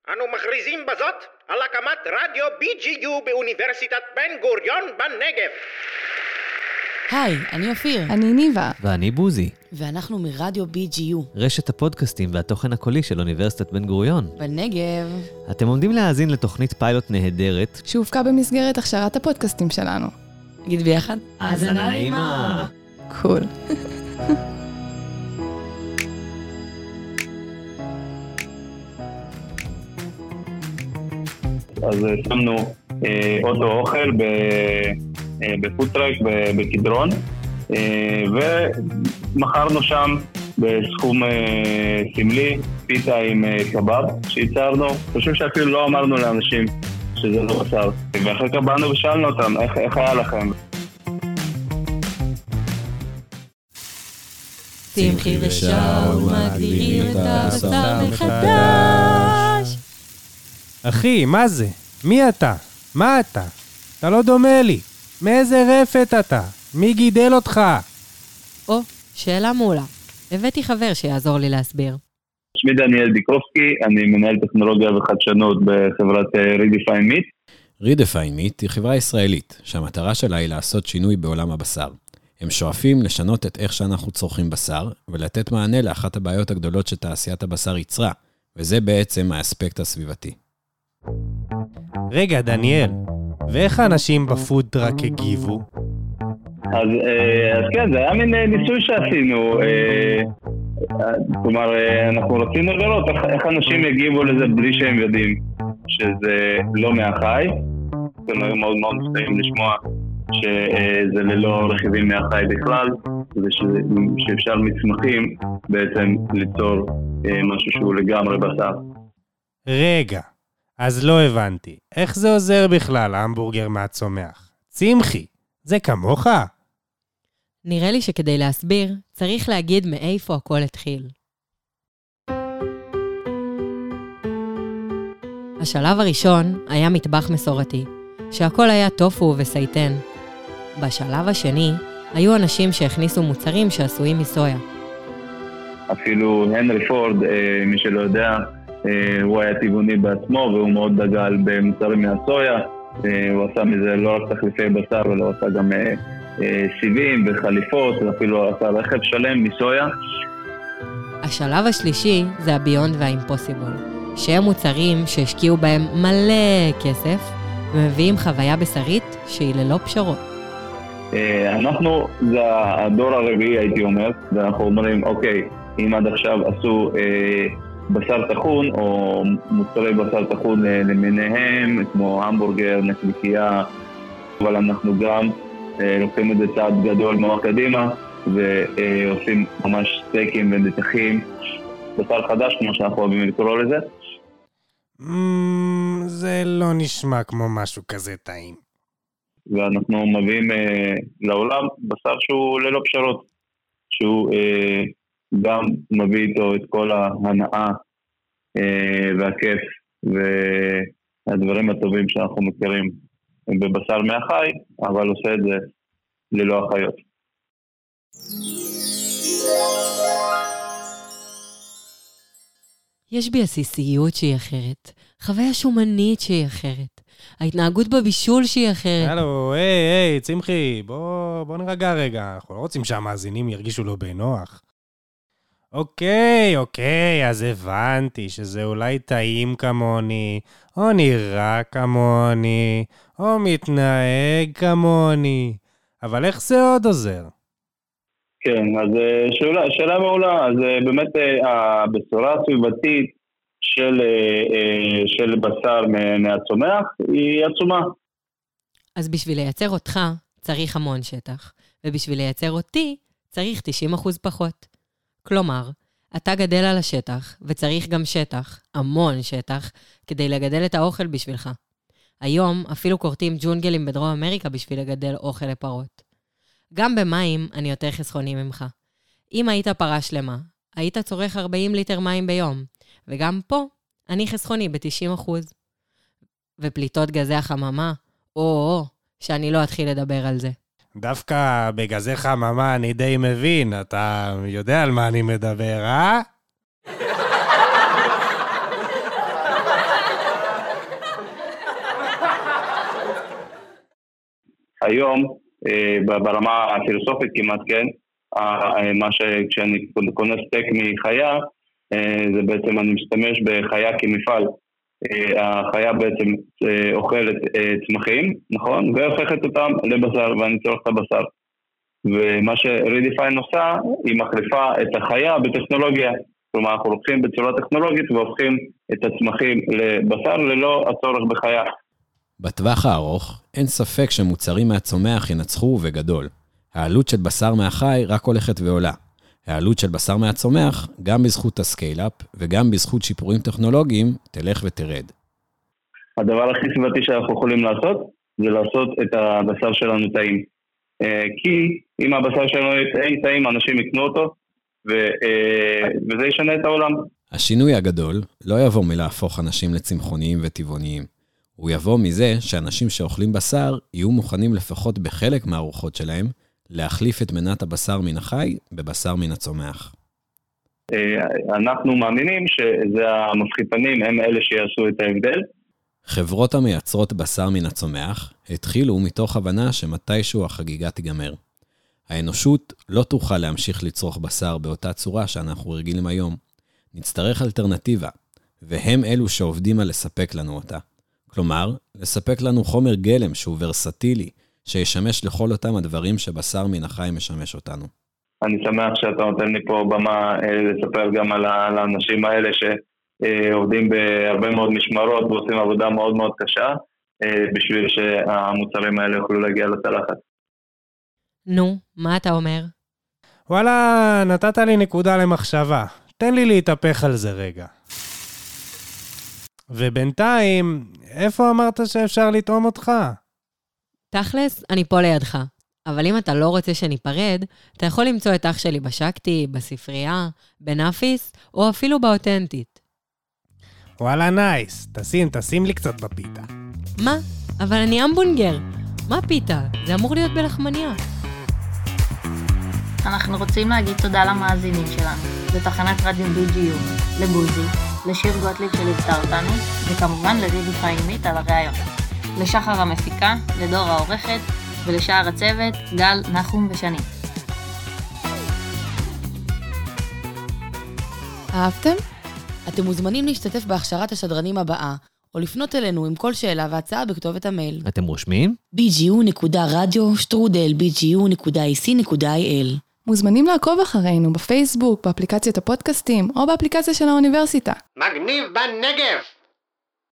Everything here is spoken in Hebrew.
אנו מכריזים בזאת על הקמת רדיו BGU באוניברסיטת בן גוריון בנגב. היי, אני אופיר. אני ניבה. ואני בוזי. ואנחנו מרדיו BGU. רשת הפודקאסטים והתוכן הקולי של אוניברסיטת בן גוריון. בנגב. אתם עומדים להאזין לתוכנית פיילוט נהדרת. שהופקה במסגרת הכשרת הפודקאסטים שלנו. נגיד ביחד? האזנה נעימה. קול. אז שמנו אוטו אוכל בפוטרק בקדרון, ומכרנו שם בסכום סמלי פיתה עם קבב שייצרנו. חושב שאפילו לא אמרנו לאנשים שזה לא בשר, ואחר כך באנו ושאלנו אותם איך היה לכם. צמחי ושאול מגדירים את הבשר מחדש. אחי, מה זה? מי אתה? מה אתה? אתה לא דומה לי. מאיזה רפת אתה? מי גידל אותך? או, שאלה מעולה. הבאתי חבר שיעזור לי להסביר. שמי דניאל דיקובסקי, אני מנהל טכנולוגיה וחדשנות בחברת Redefine Meat. Redefine Meat היא חברה ישראלית, שהמטרה שלה היא לעשות שינוי בעולם הבשר. הם שואפים לשנות את איך שאנחנו צורכים בשר, ולתת מענה לאחת הבעיות הגדולות שתעשיית הבשר יצרה, וזה בעצם האספקט הסביבתי. רגע, דניאל, ואיך האנשים בפודטראק הגיבו? אז כן, זה היה מין ניסוי שעשינו. כלומר, אנחנו רצינו לראות איך אנשים יגיבו לזה בלי שהם יודעים שזה לא מהחי. אנחנו מאוד מאוד מופתעים לשמוע שזה ללא רכיבים מהחי בכלל, ושאפשר מצמחים בעצם ליצור משהו שהוא לגמרי בשר. רגע, אז לא הבנתי. איך זה עוזר בכלל, המבורגר מהצומח? צמחי, זה כמוך? נראה לי שכדי להסביר, צריך להגיד מאיפה הכל התחיל. השלב הראשון היה מטבח מסורתי, שהכל היה טופו וסייטן. בשלב השני, היו אנשים שהכניסו מוצרים שעשויים מסויה. אפילו הנרי פורד, מי שלא יודע, הוא היה טבעוני בעצמו, והוא מאוד דגל במוצרים מהסויה. הוא עשה מזה לא רק תחליפי בשר, אלא הוא עשה גם סיבים וחליפות, ואפילו עשה רכב שלם מסויה. השלב השלישי זה הביונד והאימפוסיבול, שהם מוצרים שהשקיעו בהם מלא כסף, ומביאים חוויה בשרית שהיא ללא פשרות. אנחנו, זה הדור הרביעי הייתי אומר, ואנחנו אומרים, אוקיי, אם עד עכשיו עשו בשר תחון, או מוצרי בשר תחון למיניהם, כמו המבורגר, נקניקיה, אבל אנחנו גם לוקחים את זה צעד גדול מאוד קדימה, ועושים ממש סטייקים ונתחים, בשר חדש, כמו שאנחנו אוהבים לקרוא לזה. זה לא נשמע כמו משהו כזה טעים. ואנחנו מביאים לעולם בשר שהוא ללא פשרות, שהוא גם מביא איתו את כל ההנאה והכיף והדברים הטובים שאנחנו מכירים בבשר מהחי, אבל עושה את זה ללא החיות. יש בי עסיסיות שהיא אחרת, חוויה שומנית שהיא אחרת, ההתנהגות בבישול שהיא אחרת. הלו, היי, צמחי, בוא נרגע רגע, אנחנו לא רוצים שהמאזינים ירגישו לא בנוח. אוקיי, אז הבנתי שזה אולי טעים כמוני, או נראה כמוני, או מתנהג כמוני, אבל איך זה עוד עוזר? כן, אז שאלה מעולה. אז באמת הבשורה הסביבתית של בשר מהצומח היא עצומה. אז בשביל לייצר אותך צריך המון שטח, ובשביל לייצר אותי צריך 90% פחות. כלומר, אתה גדל על השטח, וצריך גם שטח, המון שטח, כדי לגדל את האוכל בשבילך. היום אפילו קורטים ג'ונגלים בדרום אמריקה בשביל לגדל אוכל לפרות. גם במים אני יותר חסכוני ממך. אם היית פרה שלמה, היית צורך 40 ליטר מים ביום, וגם פה אני חסכוני ב-90%. ופליטות גזי החממה, שאני לא אתחיל לדבר על זה. דווקא בגזי חממה אני די מבין, אתה יודע על מה אני מדבר, אה? היום, ברמה הפילוסופית כמעט, כן, מה שכשאני קונה סטייק מחיה, זה בעצם אני משתמש בחיה כמפעל. החיה בעצם אוכלת צמחים, נכון? והופכת אותם לבשר, ואני צורך את הבשר. ומה שרידיפיין עושה, היא מחליפה את החיה בטכנולוגיה. כלומר, אנחנו לוקחים בצורה טכנולוגית והופכים את הצמחים לבשר ללא הצורך בחיה. בטווח הארוך, אין ספק שמוצרים מהצומח ינצחו וגדול. העלות של בשר מהחי רק הולכת ועולה. העלות של בשר מהצומח, גם בזכות הסקייל-אפ וגם בזכות שיפורים טכנולוגיים, תלך ותרד. הדבר הכי סביבתי שאנחנו יכולים לעשות, זה לעשות את הבשר שלנו טעים. כי אם הבשר שלנו טעים, אנשים יקנו אותו, וזה ישנה את העולם. השינוי הגדול לא יבוא מלהפוך אנשים לצמחוניים וטבעוניים. הוא יבוא מזה שאנשים שאוכלים בשר יהיו מוכנים לפחות בחלק מהארוחות שלהם, להחליף את מנת הבשר מן החי בבשר מן הצומח. אנחנו מאמינים שזה המפחיתנים, הם אלה שיעשו את ההבדל. חברות המייצרות בשר מן הצומח התחילו מתוך הבנה שמתישהו החגיגה תיגמר. האנושות לא תוכל להמשיך לצרוך בשר באותה צורה שאנחנו רגילים היום. נצטרך אלטרנטיבה, והם אלו שעובדים על לספק לנו אותה. כלומר, לספק לנו חומר גלם שהוא ורסטילי, שישמש לכל אותם הדברים שבשר מן החי משמש אותנו. אני שמח שאתה נותן לי פה במה לספר גם על האנשים האלה שעובדים בהרבה מאוד משמרות ועושים עבודה מאוד מאוד קשה, בשביל שהמוצרים האלה יוכלו להגיע לצלחת. נו, מה אתה אומר? וואלה, נתת לי נקודה למחשבה. תן לי להתהפך על זה רגע. ובינתיים, איפה אמרת שאפשר לטעום אותך? תכלס, אני פה לידך. אבל אם אתה לא רוצה שניפרד, אתה יכול למצוא את אח שלי בשקטי, בספרייה, בנאפיס, או אפילו באותנטית. וואלה נייס, תשים לי קצת בפיתה. מה? אבל אני אמבונגר. מה פיתה? זה אמור להיות בלחמניה. אנחנו רוצים להגיד תודה למאזינים שלנו, לתחנת רדיו BGU, לבוזי, לשיר גוטליב שליוותה אותנו, וכמובן לרידיפיין מיט על הרעיון. לשחר המפיקה, לדור העורכת, ולשאר הצוות, גל, נחום ושני. אהבתם? אתם מוזמנים להשתתף בהכשרת השדרנים הבאה, או לפנות אלינו עם כל שאלה והצעה בכתובת המייל. אתם רושמים? bgu.radio@bgu.ac.il. מוזמנים לעקוב אחרינו בפייסבוק, באפליקציית הפודקאסטים, או באפליקציה של האוניברסיטה. מגניב בנגב!